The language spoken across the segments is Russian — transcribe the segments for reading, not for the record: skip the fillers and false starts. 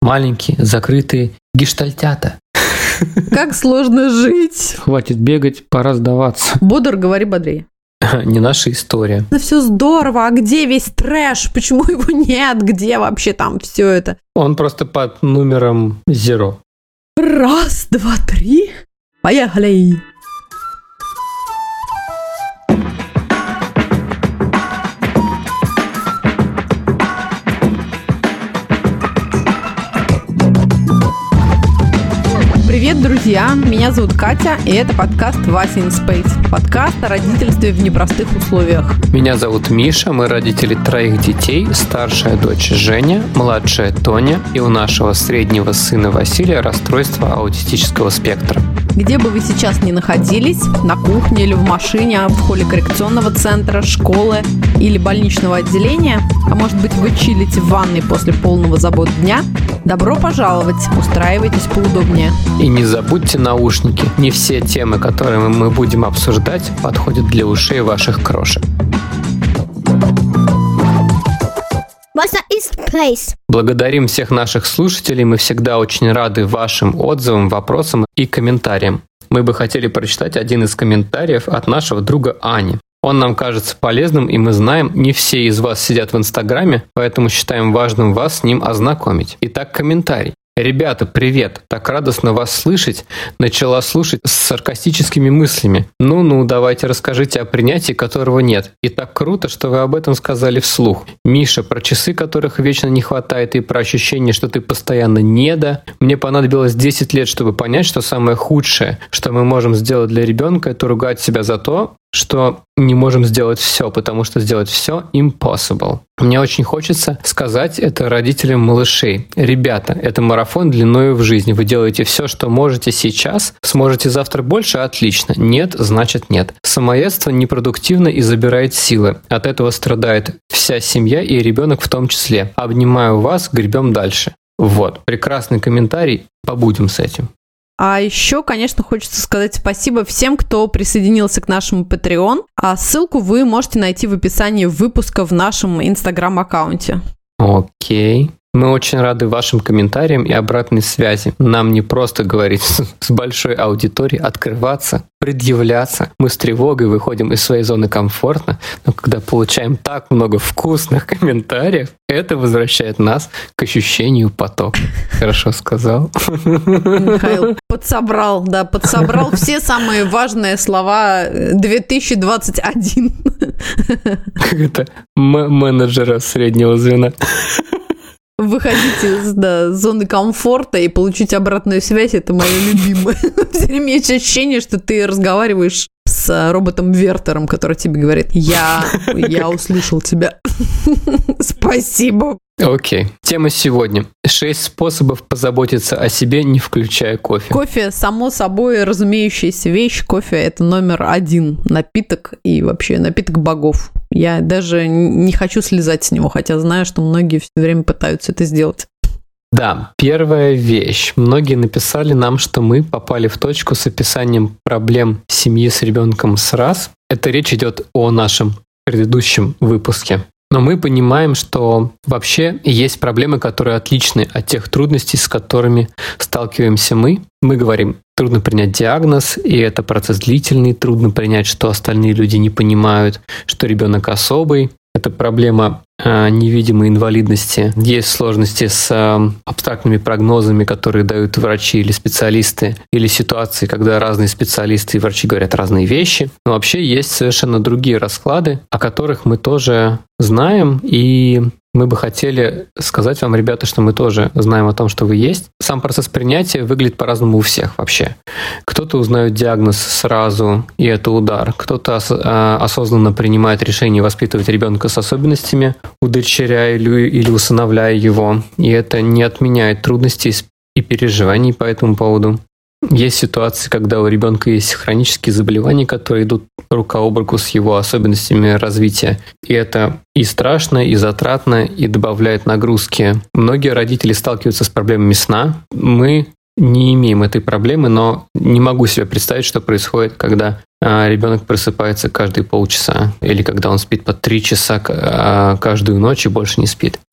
маленькие, закрытые гештальтята. Как сложно жить. Хватит бегать, пора сдаваться. Бодр, говори бодрее. Не наша история. Да все здорово, а где весь трэш? Почему его нет? Где вообще там все это? Он просто под номером 0. 1, 2, 3. Поехали! Привет, друзья! Меня зовут Катя, и это подкаст «Вася in Space». Подкаст о родительстве в непростых условиях. Меня зовут Миша, мы родители 3 детей, старшая дочь Женя, младшая Тоня, и у нашего среднего сына Василия расстройство аутистического спектра. Где бы вы сейчас ни находились, на кухне или в машине, в холле коррекционного центра, школы или больничного отделения, а может быть вы чилите в ванной после полного забот дня, добро пожаловать, устраивайтесь поудобнее. И не забудьте наушники. Не все темы, которые мы будем обсуждать, подходят для ушей ваших крошек. Вася in Space. Благодарим всех наших слушателей. Мы всегда очень рады вашим отзывам, вопросам и комментариям. Мы бы хотели прочитать один из комментариев от нашего друга Ани. Он нам кажется полезным, и мы знаем, не все из вас сидят в Инстаграме, поэтому считаем важным вас с ним ознакомить. Итак, комментарий. Ребята, привет! Так радостно вас слышать. Начала слушать с саркастическими мыслями. Ну, давайте расскажите о принятии, которого нет. И так круто, что вы об этом сказали вслух. Миша, про часы, которых вечно не хватает, и про ощущение, что ты постоянно недо. Мне понадобилось 10 лет, чтобы понять, что самое худшее, что мы можем сделать для ребенка, это ругать себя за то, что не можем сделать все, потому что сделать все impossible. Мне очень хочется сказать это родителям малышей. Ребята, это марафон длиною в жизни. Вы делаете все, что можете сейчас. Сможете завтра больше? Отлично. Нет, значит нет. Самоедство непродуктивно и забирает силы. От этого страдает вся семья и ребенок в том числе. Обнимаю вас, гребем дальше. Вот, прекрасный комментарий. Побудем с этим. А еще, конечно, хочется сказать спасибо всем, кто присоединился к нашему Patreon. А ссылку вы можете найти в описании выпуска в нашем Instagram-аккаунте. Окей. Мы очень рады вашим комментариям и обратной связи. Нам не просто говорить с большой аудиторией, открываться, предъявляться. Мы с тревогой выходим из своей зоны комфорта, но когда получаем так много вкусных комментариев, это возвращает нас к ощущению потока. Хорошо сказал. Михаил подсобрал все самые важные слова 2021. Как это менеджера среднего звена. Выходите из зоны комфорта и получить обратную связь – это мое любимое. Все время есть ощущение, что ты разговариваешь с роботом Вертером, который тебе говорит: я услышал тебя. Спасибо. Окей. Тема сегодня. 6 способов позаботиться о себе, не включая кофе. Кофе, само собой разумеющаяся вещь. Кофе – это номер 1 напиток и вообще напиток богов. Я даже не хочу слезать с него, хотя знаю, что многие все время пытаются это сделать. Да, первая вещь. Многие написали нам, что мы попали в точку с описанием проблем семьи с ребенком с раз. Это речь идет о нашем предыдущем выпуске. Но мы понимаем, что вообще есть проблемы, которые отличны от тех трудностей, с которыми сталкиваемся мы. Мы говорим, трудно принять диагноз, и это процесс длительный, трудно принять, что остальные люди не понимают, что ребенок особый. Это проблема невидимой инвалидности. Есть сложности с абстрактными прогнозами, которые дают врачи или специалисты, или ситуации, когда разные специалисты и врачи говорят разные вещи. Но вообще есть совершенно другие расклады, о которых мы тоже знаем, и мы бы хотели сказать вам, ребята, что мы тоже знаем о том, что вы есть. Сам процесс принятия выглядит по-разному у всех вообще. Кто-то узнает диагноз сразу, и это удар. Кто-то осознанно принимает решение воспитывать ребенка с особенностями, удочеряя или усыновляя его. И это не отменяет трудностей и переживаний по этому поводу. Есть ситуации, когда у ребенка есть хронические заболевания, которые идут рука об руку с его особенностями развития. И это и страшно, и затратно, и добавляет нагрузки. Многие родители сталкиваются с проблемами сна. Мы не имеем этой проблемы, но не могу себе представить, что происходит, когда ребенок просыпается каждые полчаса или когда он спит по 3 часа каждую ночь и больше не спит. Есть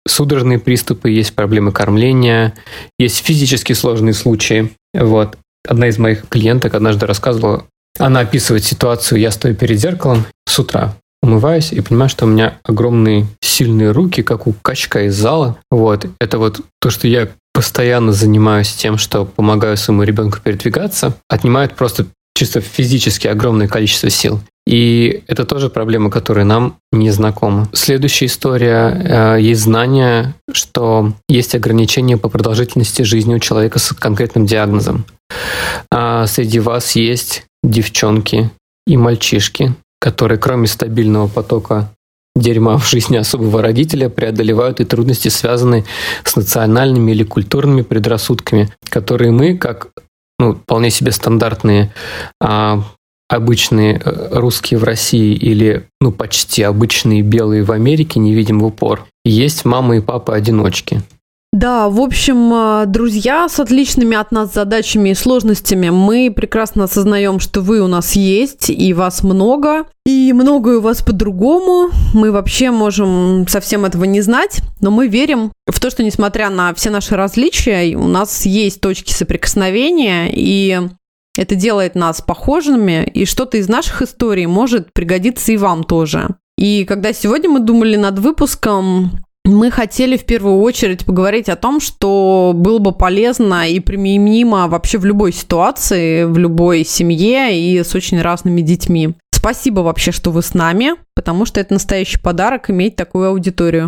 судорожные приступы, есть проблемы кормления, есть физически сложные случаи. Вот. Одна из моих клиенток однажды рассказывала, она описывает ситуацию, я стою перед зеркалом с утра, умываюсь и понимаю, что у меня огромные сильные руки, как у качка из зала. Вот. Это вот то, что я постоянно занимаюсь тем, что помогаю своему ребенку передвигаться, отнимает просто чисто физически огромное количество сил. И это тоже проблема, которая нам не знакома. Следующая история. Есть знание, что есть ограничения по продолжительности жизни у человека с конкретным диагнозом. Среди вас есть девчонки и мальчишки, которые кроме стабильного потока дерьма в жизни особого родителя преодолевают и трудности, связанные с национальными или культурными предрассудками, которые мы, как вполне себе стандартные обычные русские в России или почти обычные белые в Америке, не видим в упор. Есть мамы и папы-одиночки. Да, в общем, друзья с отличными от нас задачами и сложностями, мы прекрасно осознаем, что вы у нас есть, и вас много, и многое у вас по-другому. Мы вообще можем совсем этого не знать, но мы верим в то, что, несмотря на все наши различия, у нас есть точки соприкосновения, и это делает нас похожими, и что-то из наших историй может пригодиться и вам тоже. И когда сегодня мы думали над выпуском, мы хотели в первую очередь поговорить о том, что было бы полезно и применимо вообще в любой ситуации, в любой семье и с очень разными детьми. Спасибо вообще, что вы с нами, потому что это настоящий подарок иметь такую аудиторию.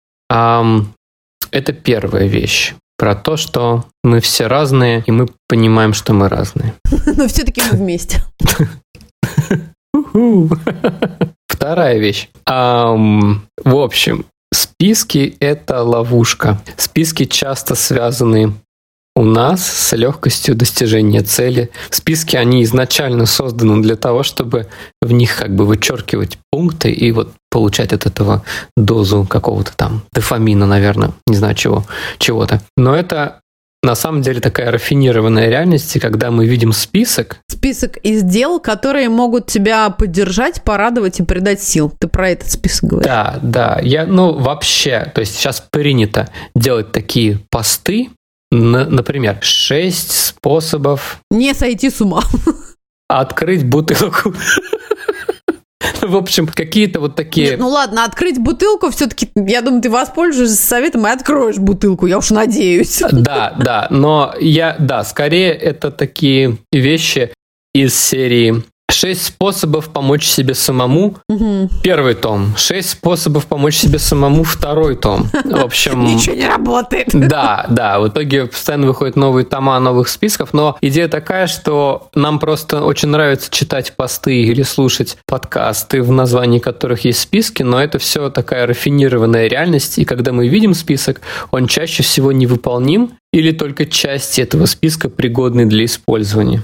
Это первая вещь. Про то, что мы все разные, и мы понимаем, что мы разные. Но все-таки мы вместе. Вторая вещь. В общем, списки – это ловушка. Списки часто связаны у нас с легкостью достижения цели. Списки, они изначально созданы для того, чтобы в них вычеркивать пункты и получать от этого дозу какого-то там дофамина, наверное, не знаю чего-то. Но это на самом деле такая рафинированная реальность, когда мы видим список. Список из дел, которые могут тебя поддержать, порадовать и придать сил. Ты про этот список говоришь? Да. Вообще, то есть сейчас принято делать такие посты, например, 6 способов... Не сойти с ума. Открыть бутылку. В общем, какие-то такие... Нет, ладно, открыть бутылку все-таки, я думаю, ты воспользуешься советом и откроешь бутылку, я уж надеюсь. Да, но скорее это такие вещи из серии 6 способов помочь себе самому. Первый том. 6 способов помочь себе самому. Второй том. В общем... Ничего не работает. Да. В итоге постоянно выходят новые тома новых списков, но идея такая, что нам просто очень нравится читать посты или слушать подкасты, в названии которых есть списки, но это все такая рафинированная реальность, и когда мы видим список, он чаще всего невыполним или только части этого списка пригодны для использования.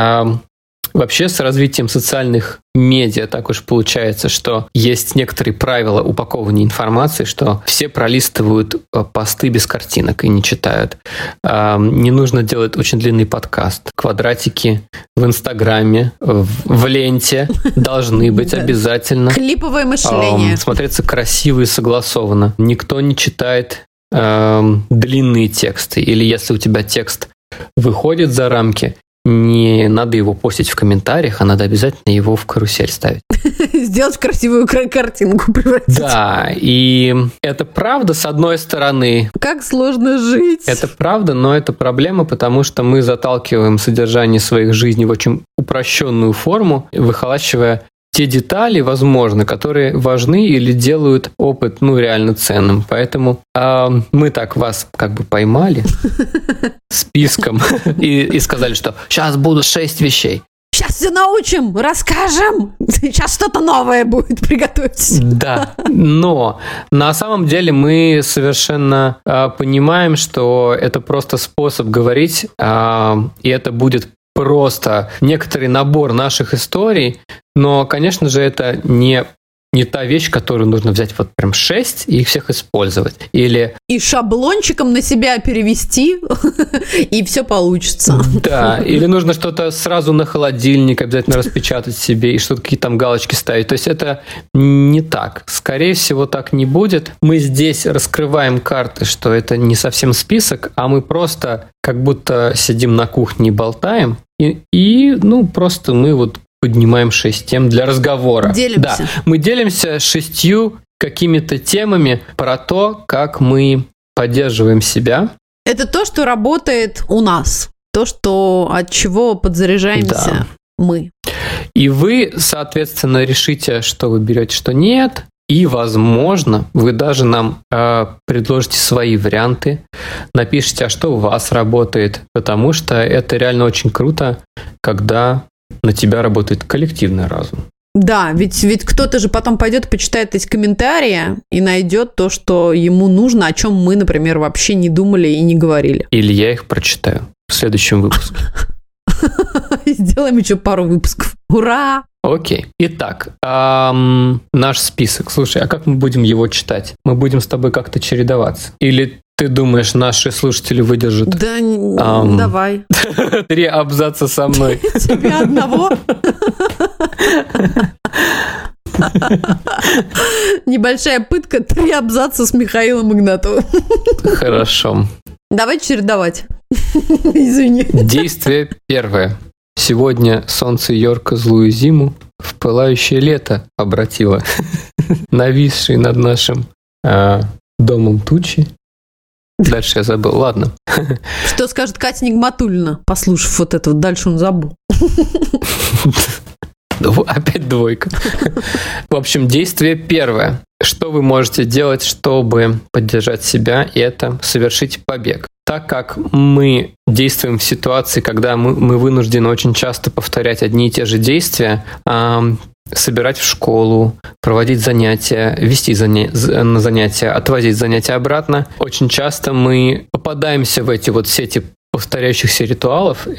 Вообще, с развитием социальных медиа так уж получается, что есть некоторые правила упаковывания информации, что все пролистывают посты без картинок и не читают. Не нужно делать очень длинный подкаст. Квадратики в Инстаграме, в ленте должны быть обязательно. Клиповое мышление. Смотреться красиво и согласованно. Никто не читает длинные тексты. Или если у тебя текст выходит за рамки, не надо его постить в комментариях, а надо обязательно его в карусель ставить. Сделать в красивую картинку превратить. Да, и это правда, с одной стороны. Как сложно жить. Это правда, но это проблема, потому что мы заталкиваем содержание своих жизней в очень упрощенную форму, выхолащивая те детали, возможно, которые важны или делают опыт, реально ценным. Поэтому мы так вас поймали списком и сказали, что сейчас будут 6 вещей. Сейчас все научим, расскажем. Сейчас что-то новое будет, приготовьтесь. Да, но на самом деле мы совершенно понимаем, что это просто способ говорить, и это будет просто некоторый набор наших историй, но, конечно же, это не не та вещь, которую нужно взять вот прям 6 и их всех использовать. Или... И шаблончиком на себя перевести, и все получится. Да, или нужно что-то сразу на холодильник обязательно распечатать себе и что-то какие-то там галочки ставить. То есть это не так. Скорее всего, так не будет. Мы здесь раскрываем карты, что это не совсем список, а мы просто как будто сидим на кухне и болтаем. И просто мы вот поднимаем 6 тем для разговора. Делимся. Да, мы делимся 6 какими-то темами про то, как мы поддерживаем себя. Это то, что работает у нас. То, от чего подзаряжаемся мы. И вы, соответственно, решите, что вы берете, что нет. И, возможно, вы даже нам предложите свои варианты, напишите, а что у вас работает, потому что это реально очень круто, когда на тебя работает коллективный разум. Да, ведь кто-то же потом пойдет, почитает эти комментарии и найдет то, что ему нужно, о чем мы, например, вообще не думали и не говорили. Или я их прочитаю в следующем выпуске. Сделаем еще пару выпусков. Ура! Окей. Итак, наш список. Слушай, а как мы будем его читать? Мы будем с тобой как-то чередоваться? Или ты думаешь, наши слушатели выдержат? Да, давай. 3 абзаца со мной. Тебе одного? Небольшая пытка, 3 абзаца с Михаилом Игнатовым. Хорошо. Давай чередовать. Извини. Действие первое. Сегодня солнце Йорка злую зиму в пылающее лето обратило. Нависшие над нашим домом тучи. Дальше я забыл. Ладно. Что скажет Катя Нигматульна, послушав вот это? Дальше он забыл. Опять 2. В общем, действие первое. Что вы можете делать, чтобы поддержать себя, и это совершить побег. Так как мы действуем в ситуации, когда мы вынуждены очень часто повторять одни и те же действия, собирать в школу, проводить занятия, вести на занятия, отвозить занятия обратно, очень часто мы попадаемся в эти вот сети повторяющихся ритуалов,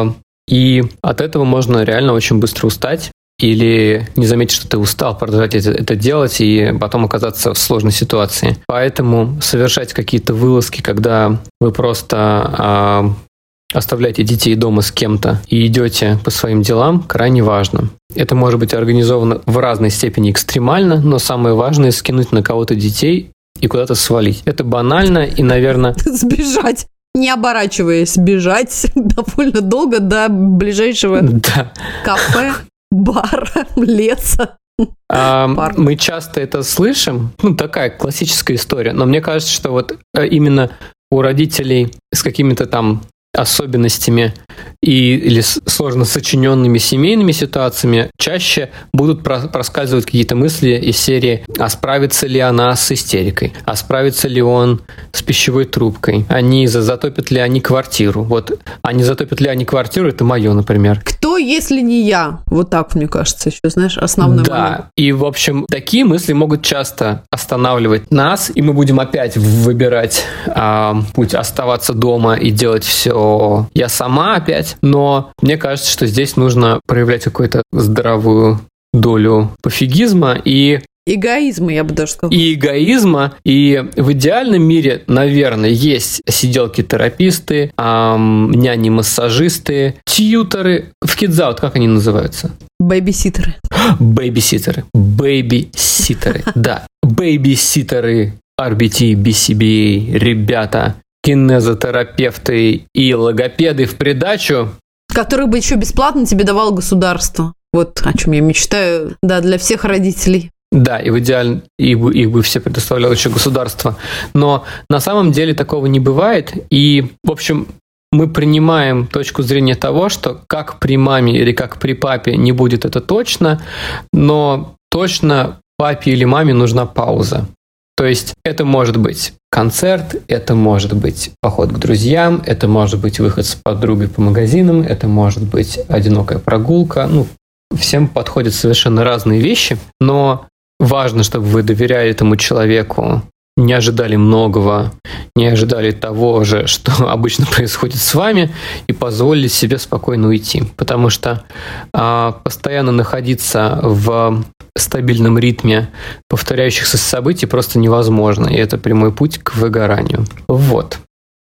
и от этого можно реально очень быстро устать или не заметить, что ты устал, продолжать это делать и потом оказаться в сложной ситуации. Поэтому совершать какие-то вылазки, когда вы просто оставляете детей дома с кем-то и идете по своим делам, крайне важно. Это может быть организовано в разной степени экстремально, но самое важное — скинуть на кого-то детей и куда-то свалить. Это банально и, наверное... Сбежать. Не оборачиваясь, бежать довольно долго до ближайшего кафе, бара, леса. Мы часто это слышим, такая классическая история, но мне кажется, что вот именно у родителей с какими-то там особенностями или сложно сочиненными семейными ситуациями чаще будут проскальзывать какие-то мысли из серии: а справится ли она с истерикой, а справится ли он с пищевой трубкой, а не затопят ли они квартиру. Вот, а не затопят ли они квартиру, это мое, например. Кто, если не я? Вот так, мне кажется, еще, знаешь, основной момент. Да, и, в общем, такие мысли могут часто останавливать нас, и мы будем опять выбирать путь оставаться дома и делать все я сама опять. Но мне кажется, что здесь нужно проявлять какую-то здоровую долю пофигизма и эгоизма, я бы даже сказала. И эгоизма. И в идеальном мире, наверное, есть сиделки-тераписты, няни-массажисты, тьюторы. В Kids Out как они называются? Бэйбиситеры. Бэйбиситеры. Бэйбиситеры. Да. Бэйбиситеры, RBT, BCBA, ребята, кинезотерапевты и логопеды в придачу. Которых бы еще бесплатно тебе давало государство. Вот о чем я мечтаю, да, для всех родителей. Да, и в идеале их бы все предоставляло еще государство. Но на самом деле такого не бывает. И, в общем, мы принимаем точку зрения того, что как при маме или как при папе не будет это точно, но точно папе или маме нужна пауза. То есть это может быть концерт, это может быть поход к друзьям, это может быть выход с подругой по магазинам, это может быть одинокая прогулка. Всем подходят совершенно разные вещи, но важно, чтобы вы доверяли этому человеку, не ожидали многого, не ожидали того же, что обычно происходит с вами, и позволили себе спокойно уйти. Потому что постоянно находиться в стабильном ритме повторяющихся событий просто невозможно, и это прямой путь к выгоранию. Вот.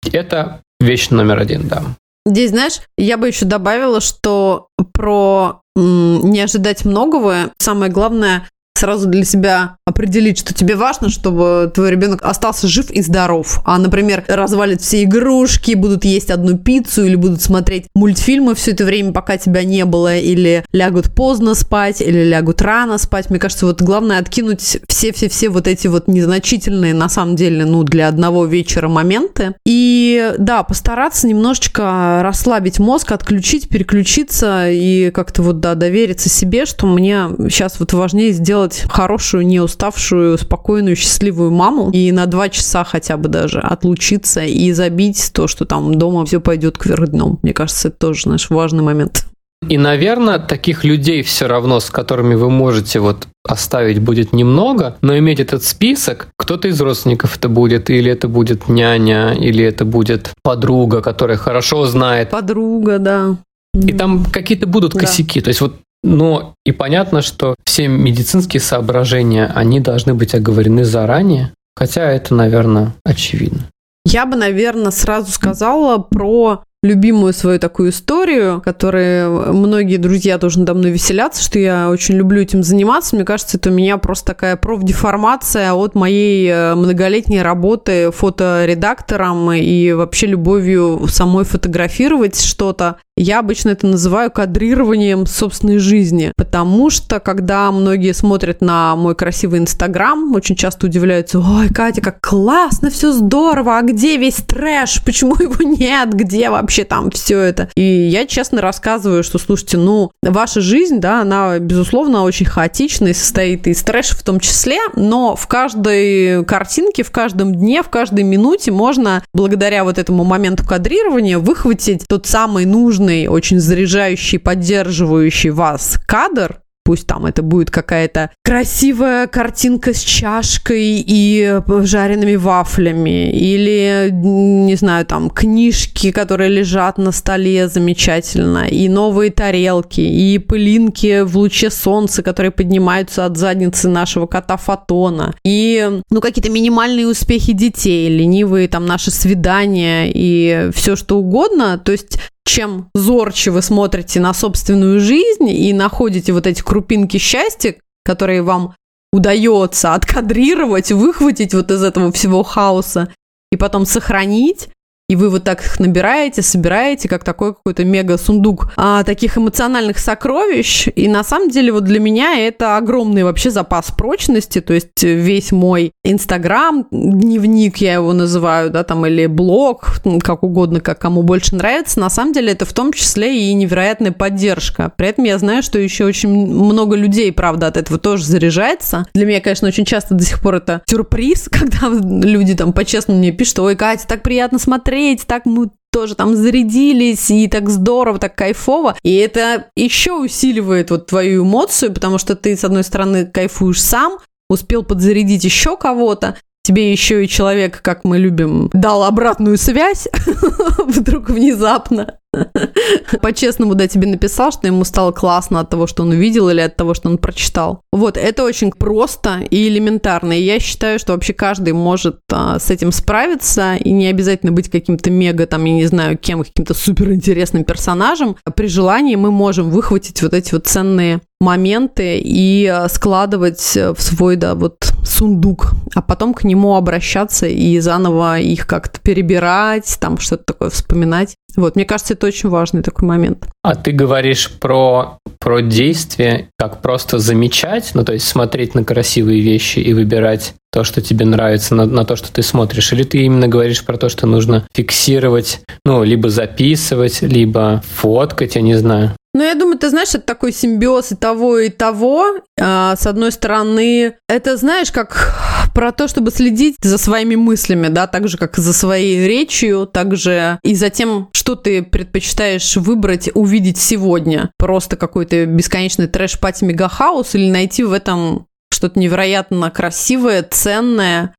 Это вещь номер 1, да. Здесь, знаешь, я бы еще добавила, что про не ожидать многого, самое главное сразу для себя определить, что тебе важно, чтобы твой ребенок остался жив и здоров. А, например, развалят все игрушки, будут есть одну пиццу или будут смотреть мультфильмы все это время, пока тебя не было, или лягут поздно спать, или лягут рано спать. Мне кажется, вот главное откинуть все вот эти вот незначительные, на самом деле, для одного вечера моменты. И, да, постараться немножечко расслабить мозг, отключить, переключиться и как-то вот, да, довериться себе, что мне сейчас вот важнее сделать хорошую, не уставшую, спокойную, счастливую маму и на 2 часа хотя бы даже отлучиться и забить то, что там дома все пойдет кверх дном. Мне кажется, это тоже, знаешь, важный момент. И, наверное, таких людей все равно, с которыми вы можете вот оставить, будет немного, но иметь этот список, кто-то из родственников это будет, или это будет няня, или это будет подруга, которая хорошо знает. Подруга, да. И там какие-то будут косяки. То есть вот, но и понятно, что все медицинские соображения, они должны быть оговорены заранее, хотя это, наверное, очевидно. Я бы, наверное, сразу сказала про любимую свою такую историю, которой многие друзья тоже надо мной веселятся, что я очень люблю этим заниматься. Мне кажется, это у меня просто такая профдеформация от моей многолетней работы фоторедактором и вообще любовью самой фотографировать что-то. Я обычно это называю кадрированием собственной жизни, потому что, когда многие смотрят на мой красивый Инстаграм, очень часто удивляются: ой, Катя, как классно, все здорово, а где весь трэш, почему его нет, где вообще там все это? И я честно рассказываю, что, слушайте, ваша жизнь, да, она, безусловно, очень хаотична и состоит из трэша в том числе, но в каждой картинке, в каждом дне, в каждой минуте можно, благодаря вот этому моменту кадрирования, выхватить тот самый нужный, очень заряжающий, поддерживающий вас кадр. Пусть там это будет какая-то красивая картинка с чашкой и жареными вафлями, или, не знаю, там книжки, которые лежат на столе замечательно, и новые тарелки, и пылинки в луче солнца, которые поднимаются от задницы нашего кота Фотона, и, какие-то минимальные успехи детей, ленивые там наши свидания и все что угодно. То есть чем зорче вы смотрите на собственную жизнь и находите вот эти крупинки счастья, которые вам удается откадрировать, выхватить вот из этого всего хаоса и потом сохранить, и вы вот так их набираете, собираете, как такой какой-то мега-сундук таких эмоциональных сокровищ. И на самом деле вот для меня это огромный вообще запас прочности. То есть весь мой Инстаграм, дневник я его называю, да, там, или блог, как угодно, как кому больше нравится, на самом деле это в том числе и невероятная поддержка. При этом я знаю, что еще очень много людей, правда, от этого тоже заряжается. Для меня, конечно, очень часто до сих пор это сюрприз, когда люди там по-честному мне пишут: ой, Катя, так приятно смотреть, так мы тоже там зарядились, и так здорово, так кайфово. И это еще усиливает вот твою эмоцию, потому что ты, с одной стороны, кайфуешь сам, успел подзарядить еще кого-то, тебе еще и человек, как мы любим, дал обратную связь вдруг внезапно. По-честному, да, тебе написал, что ему стало классно от того, что он увидел, или от того, что он прочитал. Вот, это очень просто и элементарно. И я считаю, что вообще каждый может с этим справиться, и не обязательно быть каким-то мега, там, я не знаю, кем, каким-то суперинтересным персонажем. При желании мы можем выхватить вот эти вот ценные моменты и складывать в свой, да, вот сундук, а потом к нему обращаться и заново их как-то перебирать, там что-то такое вспоминать. Вот, мне кажется, это очень важный такой момент. А ты говоришь про действие, как просто замечать, то есть смотреть на красивые вещи и выбирать то, что тебе нравится, на то, что ты смотришь? Или ты именно говоришь про то, что нужно фиксировать, либо записывать, либо фоткать, я не знаю? Я думаю, ты знаешь, это такой симбиоз и того, и того. С одной стороны, это, знаешь, как про то, чтобы следить за своими мыслями, да, так же, как и за своей речью, так же и за тем, что ты предпочитаешь выбрать, увидеть сегодня. Просто какой-то бесконечный трэш-пати-мегахаус или найти в этом что-то невероятно красивое, ценное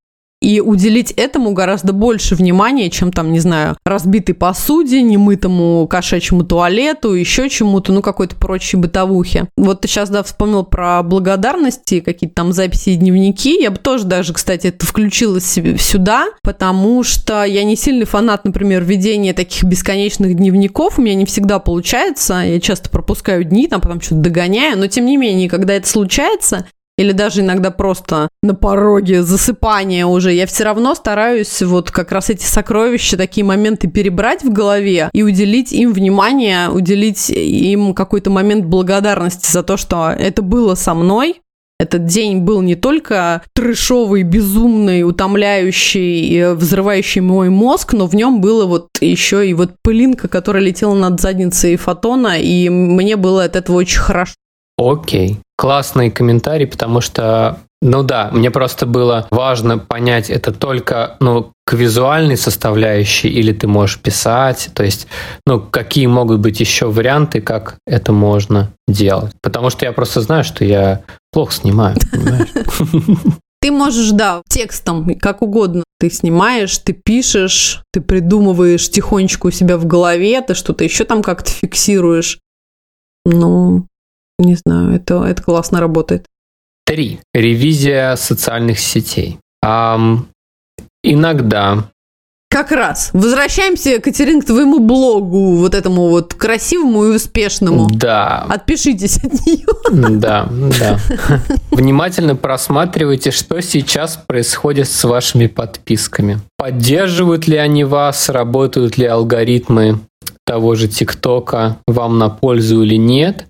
и уделить этому гораздо больше внимания, чем там, не знаю, разбитой посуде, немытому кошачьему туалету, еще чему-то, ну, какой-то прочей бытовухе. Вот ты сейчас, да, вспомнил про благодарности, какие-то там записи и дневники. Я бы тоже даже, кстати, это включила сюда, потому что я не сильный фанат, например, ведения таких бесконечных дневников. У меня не всегда получается. Я часто пропускаю дни, там потом что-то догоняю, но тем не менее, когда это случается, или даже иногда просто на пороге засыпания уже, я все равно стараюсь вот как раз эти сокровища, такие моменты перебрать в голове и уделить им внимание, уделить им какой-то момент благодарности за то, что это было со мной. Этот день был не только трэшовый, безумный, утомляющий, взрывающий мой мозг, но в нем было вот еще и вот пылинка, которая летела над задницей фотона, и мне было от этого очень хорошо. Окей. Классный комментарий, потому что, ну да, мне просто было важно понять, это только, ну, к визуальной составляющей, или ты можешь писать, то есть, ну, какие могут быть еще варианты, как это можно делать. Потому что я просто знаю, что я плохо снимаю, понимаешь? Ты можешь, да, текстом, как угодно. Ты снимаешь, ты пишешь, ты придумываешь тихонечко у себя в голове, ты что-то еще там как-то фиксируешь. Ну... Не знаю, это классно работает. 3. Ревизия социальных сетей. Иногда. Как раз. Возвращаемся, Катерин, к твоему блогу, вот этому вот красивому и успешному. Да. Отпишитесь от нее. Да. Внимательно просматривайте, что сейчас происходит с вашими подписками. Поддерживают ли они вас, работают ли алгоритмы того же ТикТока вам на пользу или нет.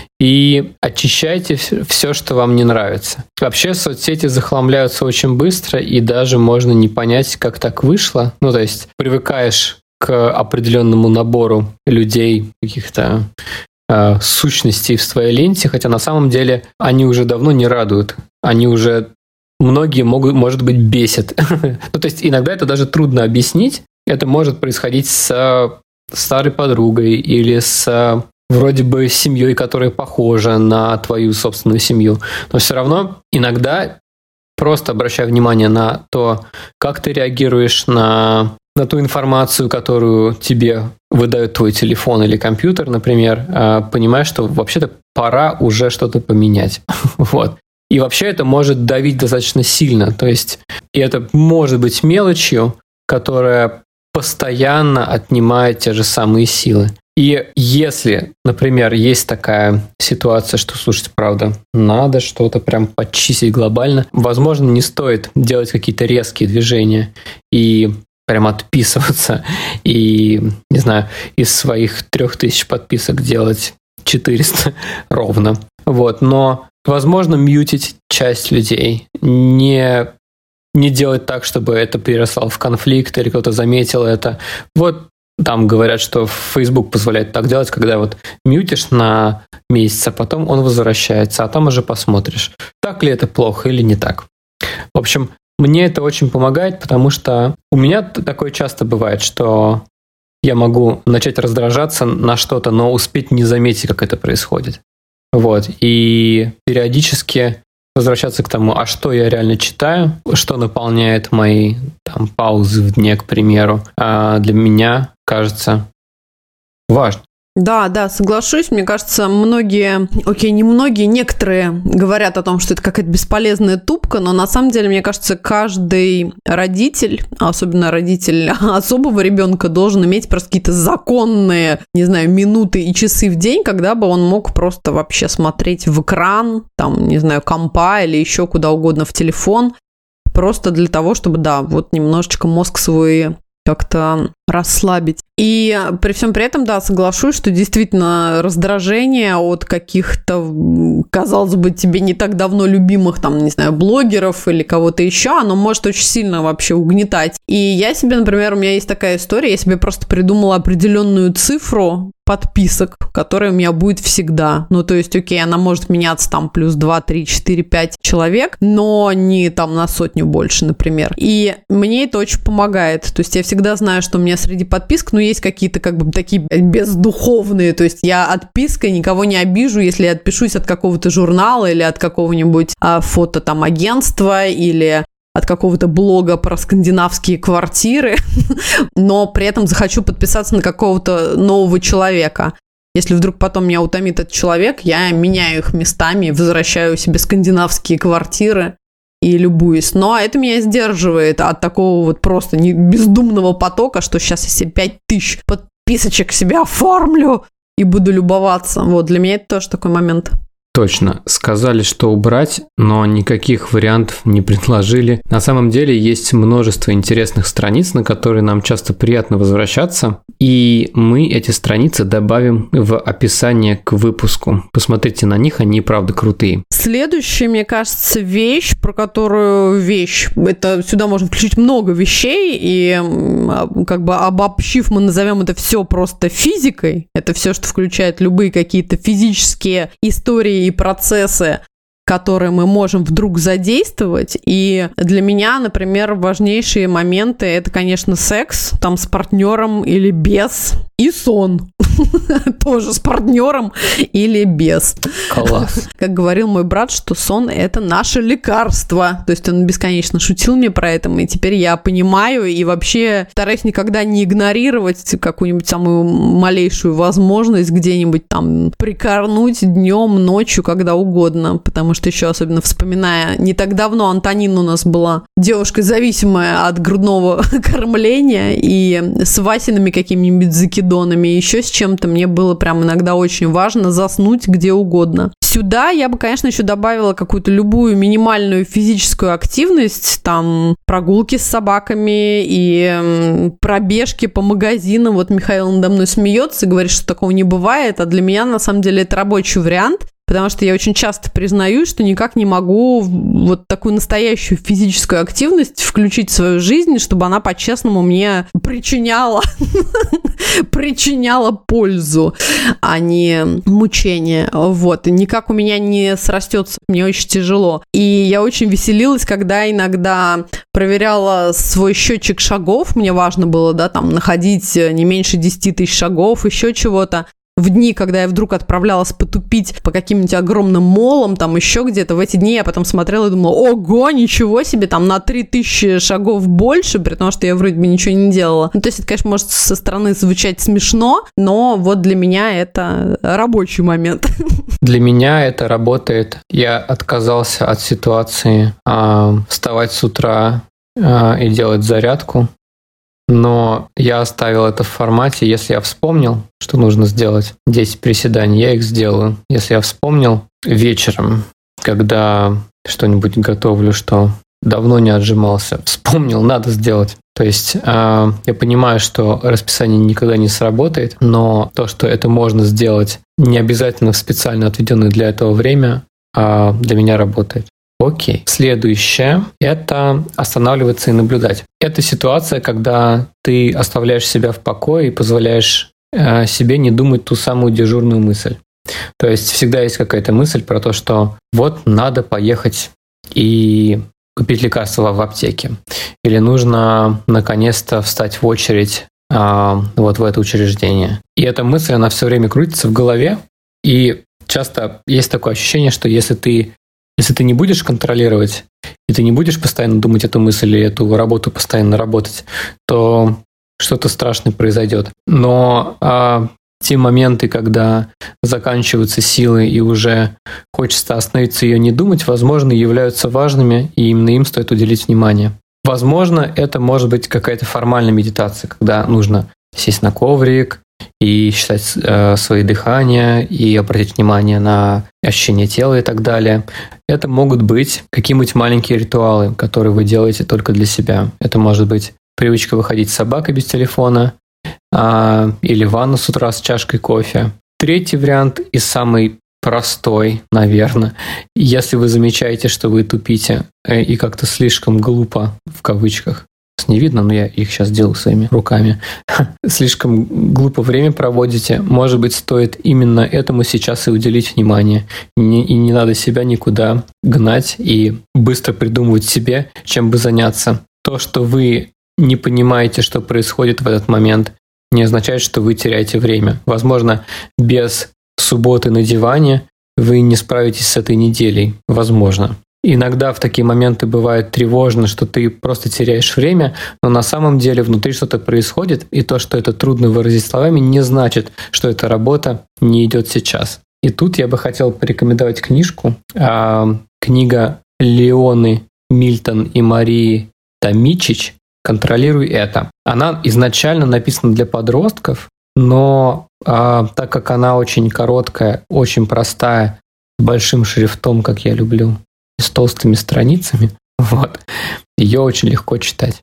И очищайте все, что вам не нравится. Вообще соцсети захламляются очень быстро, и даже можно не понять, как так вышло. Ну, то есть привыкаешь к определенному набору людей, каких-то сущностей в своей ленте, хотя на самом деле они уже давно не радуют. Они уже, многие может быть, бесят. Ну, то есть иногда это даже трудно объяснить. Это может происходить с старой подругой или с... вроде бы семьей, которая похожа на твою собственную семью. Но все равно иногда просто обращай внимание на то, как ты реагируешь на ту информацию, которую тебе выдает твой телефон или компьютер, например, понимаешь, что вообще-то пора уже что-то поменять. Вот. И вообще это может давить достаточно сильно. То есть и это может быть мелочью, которая постоянно отнимает те же самые силы. И если, например, есть такая ситуация, что, слушайте, правда, надо что-то прям почистить глобально, возможно, не стоит делать какие-то резкие движения и прям отписываться, и, не знаю, из своих 3000 подписок делать 400 ровно. Вот, но, возможно, мьютить часть людей, не делать так, чтобы это переросло в конфликт или кто-то заметил это. Вот там говорят, что Facebook позволяет так делать, когда вот мьютишь на месяц, а потом он возвращается, а там уже посмотришь, так ли это плохо или не так. В общем, мне это очень помогает, потому что у меня такое часто бывает, что я могу начать раздражаться на что-то, но успеть не заметить, как это происходит. Вот. И периодически возвращаться к тому, а что я реально читаю, что наполняет мои там паузы в дне, к примеру, для меня кажется важно. Да, соглашусь. Мне кажется, некоторые говорят о том, что это какая-то бесполезная тупка, но на самом деле, мне кажется, каждый родитель, особенно родитель особого ребенка, должен иметь просто какие-то законные, не знаю, минуты и часы в день, когда бы он мог просто вообще смотреть в экран, там, не знаю, компа или еще куда угодно в телефон, просто для того, чтобы, да, вот немножечко мозг свой как-то расслабить. И при всем при этом, да, соглашусь, что действительно раздражение от каких-то, казалось бы, тебе не так давно любимых, там, не знаю, блогеров или кого-то еще, оно может очень сильно вообще угнетать. И я себе, например, у меня есть такая история, я себе просто придумала определенную цифру подписок, которая у меня будет всегда. Ну, то есть, окей, она может меняться там плюс 2, 3, 4, 5 человек, но не там на 100 больше, например. И мне это очень помогает. То есть, я всегда знаю, что у меня среди подписок, ну, есть какие-то как бы такие бездуховные. То есть, я отпиской никого не обижу, если я отпишусь от какого-то журнала или от какого-нибудь фото там агентства или от какого-то блога про скандинавские квартиры, но при этом захочу подписаться на какого-то нового человека. Если вдруг потом меня утомит этот человек, я меняю их местами, возвращаю себе скандинавские квартиры и любуюсь. Но это меня сдерживает от такого вот просто бездумного потока, что сейчас я себе 5000 подписочек себе оформлю и буду любоваться. Вот, для меня это тоже такой момент. Точно. Сказали, что убрать, но никаких вариантов не предложили. На самом деле есть множество интересных страниц, на которые нам часто приятно возвращаться, и мы эти страницы добавим в описание к выпуску. Посмотрите на них, они правда крутые. Следующая, мне кажется, вещь, это сюда можно включить много вещей, и как бы обобщив, мы назовем это все просто физикой. Это все, что включает любые какие-то физические истории и процессы, которые мы можем вдруг задействовать. И для меня, например, важнейшие моменты — это, конечно, секс, там с партнером или без, и сон. Тоже с партнером или без. Класс. Как говорил мой брат, что сон — это наше лекарство. То есть он бесконечно шутил мне про это, и теперь я понимаю и вообще стараюсь никогда не игнорировать какую-нибудь самую малейшую возможность где-нибудь там прикорнуть днем, ночью, когда угодно. Потому что еще особенно вспоминая, не так давно Антонина у нас была девушка, зависимая от грудного кормления, и с Васиными какими-нибудь закидонами, еще с чем-то мне было прям иногда очень важно заснуть где угодно. Сюда я бы, конечно, еще добавила какую-то любую минимальную физическую активность, там прогулки с собаками и пробежки по магазинам. Вот Михаил надо мной смеется и говорит, что такого не бывает, а для меня на самом деле это рабочий вариант. Потому что я очень часто признаю, что никак не могу вот такую настоящую физическую активность включить в свою жизнь, чтобы она по-честному мне причиняла пользу, а не мучение. Вот. И никак у меня не срастется, мне очень тяжело. И я очень веселилась, когда иногда проверяла свой счетчик шагов. Мне важно было, да, там, находить не меньше 10 000 шагов, еще чего-то. В дни, когда я вдруг отправлялась потупить по каким-нибудь огромным молам, там еще где-то, в эти дни я потом смотрела и думала, ого, ничего себе, там на 3000 шагов больше, при том, что я вроде бы ничего не делала. Ну, то есть это, конечно, может со стороны звучать смешно, но вот для меня это рабочий момент. Для меня это работает. Я отказался от ситуации вставать с утра и делать зарядку. Но я оставил это в формате, если я вспомнил, что нужно сделать 10 приседаний, я их сделаю. Если я вспомнил вечером, когда что-нибудь готовлю, что давно не отжимался, вспомнил, надо сделать. То есть я понимаю, что расписание никогда не сработает, но то, что это можно сделать не обязательно в специально отведенное для этого время, для меня работает. Окей. Следующее – это останавливаться и наблюдать. Это ситуация, когда ты оставляешь себя в покое и позволяешь себе не думать ту самую дежурную мысль. То есть всегда есть какая-то мысль про то, что вот надо поехать и купить лекарства в аптеке. Или нужно наконец-то встать в очередь вот в это учреждение. И эта мысль, она все время крутится в голове. И часто есть такое ощущение, что если ты не будешь контролировать, и ты не будешь постоянно думать эту мысль или эту работу постоянно работать, то что-то страшное произойдет. Но те моменты, когда заканчиваются силы и уже хочется остановиться и ее не думать, возможно, являются важными, и именно им стоит уделить внимание. Возможно, это может быть какая-то формальная медитация, когда нужно сесть на коврик и считать свои дыхания, и обратить внимание на ощущение тела и так далее. Это могут быть какие-нибудь маленькие ритуалы, которые вы делаете только для себя. Это может быть привычка выходить с собакой без телефона, или в ванну с утра с чашкой кофе. Третий вариант и самый простой, наверное. Если вы замечаете, что вы тупите и как-то слишком глупо, в кавычках, не видно, но я их сейчас делаю своими руками, слишком глупо время проводите, может быть, стоит именно этому сейчас и уделить внимание. И не надо себя никуда гнать и быстро придумывать себе, чем бы заняться. То, что вы не понимаете, что происходит в этот момент, не означает, что вы теряете время. Возможно, без субботы на диване вы не справитесь с этой неделей. Возможно. Иногда в такие моменты бывает тревожно, что ты просто теряешь время, но на самом деле внутри что-то происходит, и то, что это трудно выразить словами, не значит, что эта работа не идет сейчас. И тут я бы хотел порекомендовать книжку. Книга Леоны Мильтон и Марии Томичич «Контролируй это». Она изначально написана для подростков, но так как она очень короткая, очень простая, с большим шрифтом, как я люблю, и с толстыми страницами, ее очень легко читать.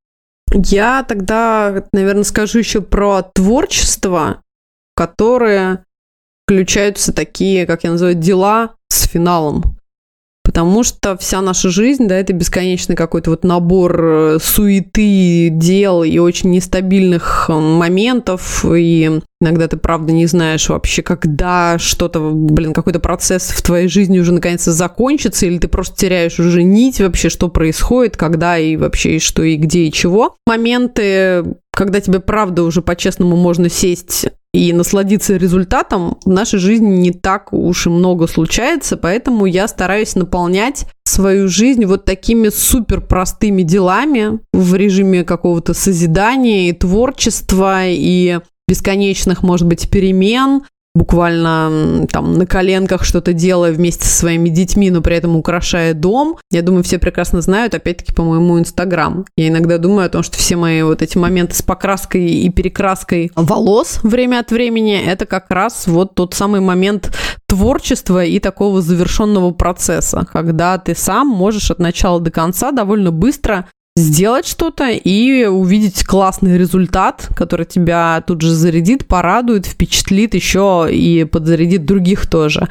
Я тогда, наверное, скажу еще про творчество, в которое включаются такие, как я называю, дела с финалом. Потому что вся наша жизнь, да, это бесконечный какой-то вот набор суеты, дел и очень нестабильных моментов, и иногда ты, правда, не знаешь вообще, когда что-то, какой-то процесс в твоей жизни уже наконец-то закончится, или ты просто теряешь уже нить вообще, что происходит, когда и вообще, и что, и где, и чего. Моменты, когда тебе, правда, уже по-честному можно сесть и насладиться результатом, в нашей жизни не так уж и много случается, поэтому я стараюсь наполнять свою жизнь вот такими супер простыми делами в режиме какого-то созидания и творчества, и бесконечных, может быть, перемен, буквально там на коленках что-то делая вместе со своими детьми, но при этом украшая дом. Я думаю, все прекрасно знают, опять-таки, по моему Инстаграм. Я иногда думаю о том, что все мои вот эти моменты с покраской и перекраской волос время от времени, это как раз вот тот самый момент творчества и такого завершенного процесса, когда ты сам можешь от начала до конца довольно быстро сделать что-то и увидеть классный результат, который тебя тут же зарядит, порадует, впечатлит еще и подзарядит других тоже.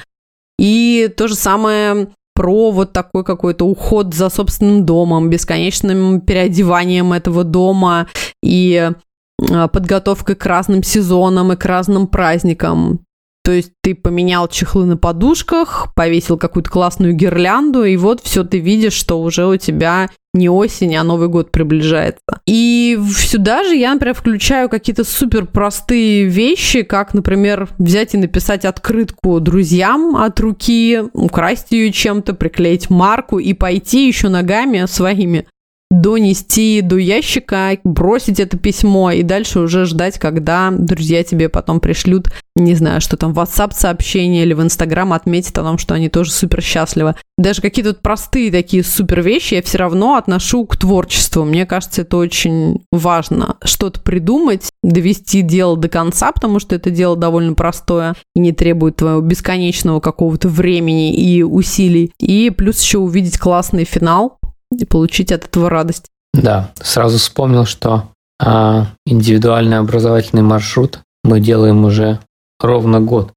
И то же самое про вот такой какой-то уход за собственным домом, бесконечным переодеванием этого дома и подготовкой к разным сезонам и к разным праздникам. То есть ты поменял чехлы на подушках, повесил какую-то классную гирлянду, и вот все ты видишь, что уже у тебя не осень, а Новый год приближается. И сюда же я, например, включаю какие-то супер простые вещи, как, например, взять и написать открытку друзьям от руки, украсть ее чем-то, приклеить марку и пойти еще ногами своими донести до ящика, бросить это письмо и дальше уже ждать, когда друзья тебе потом пришлют, не знаю, что там, в WhatsApp-сообщение или в Instagram отметят о том, что они тоже супер счастливы. Даже какие-то вот простые такие супер вещи я все равно отношу к творчеству. Мне кажется, это очень важно. Что-то придумать, довести дело до конца, потому что это дело довольно простое и не требует твоего бесконечного какого-то времени и усилий. И плюс еще увидеть классный финал и получить от этого радость. Да, сразу вспомнил, что индивидуальный образовательный маршрут мы делаем уже ровно год.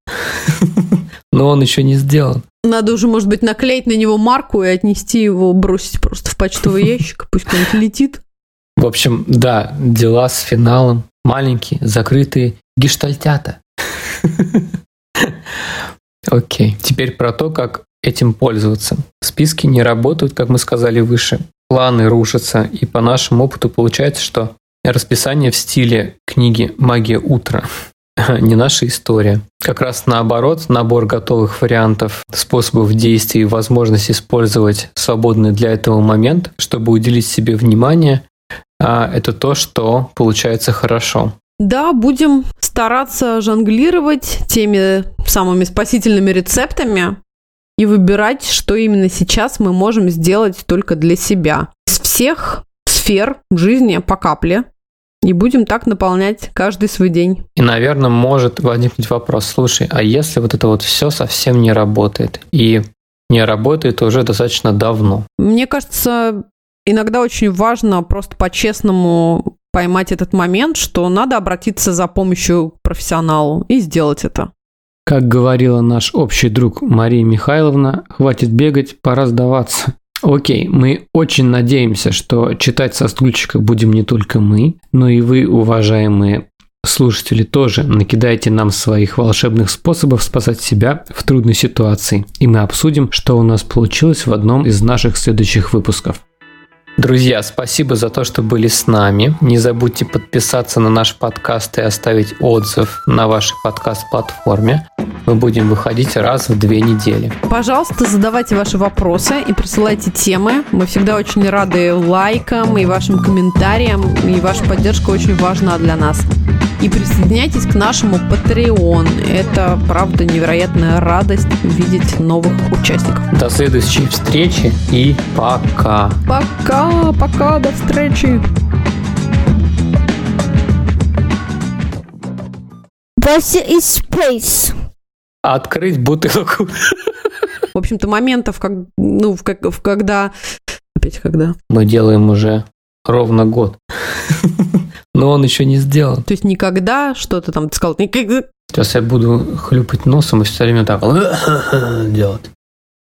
Но он еще не сделан. Надо уже, может быть, наклеить на него марку и отнести его, бросить просто в почтовый ящик, пусть он летит. В общем, да, дела с финалом. Маленькие, закрытые гештальтята. Окей. Теперь про то, как этим пользоваться. Списки не работают, как мы сказали выше. Планы рушатся, и по нашему опыту получается, что расписание в стиле книги «Магия утра» не наша история. Как раз наоборот, набор готовых вариантов, способов действий и возможность использовать свободный для этого момент, чтобы уделить себе внимание, это то, что получается хорошо. Да, будем стараться жонглировать теми самыми спасительными рецептами и выбирать, что именно сейчас мы можем сделать только для себя. Из всех сфер жизни по капле. И будем так наполнять каждый свой день. И, наверное, может возникнуть вопрос: слушай, а если вот это вот все совсем не работает? И не работает уже достаточно давно. Мне кажется, иногда очень важно просто по-честному поймать этот момент, что надо обратиться за помощью к профессионалу и сделать это. Как говорила наш общий друг Мария Михайловна, хватит бегать, пора сдаваться. Окей, мы очень надеемся, что читать со стульчика будем не только мы, но и вы, уважаемые слушатели, тоже накидайте нам своих волшебных способов спасать себя в трудной ситуации. И мы обсудим, что у нас получилось в одном из наших следующих выпусков. Друзья, спасибо за то, что были с нами. Не забудьте подписаться на наш подкаст и оставить отзыв на вашей подкаст-платформе. Мы будем выходить раз в 2 недели. Пожалуйста, задавайте ваши вопросы и присылайте темы. Мы всегда очень рады лайкам и вашим комментариям, и ваша поддержка очень важна для нас. И присоединяйтесь к нашему Patreon. Это, правда, невероятная радость видеть новых участников. До следующей встречи и пока. Пока, до встречи. What is space? Открыть бутылку. В общем-то, моментов, когда... Опять когда? Мы делаем уже ровно год. Но он еще не сделан. То есть никогда что-то там, ты сказал, никогда. Сейчас я буду хлюпать носом и все время так делать.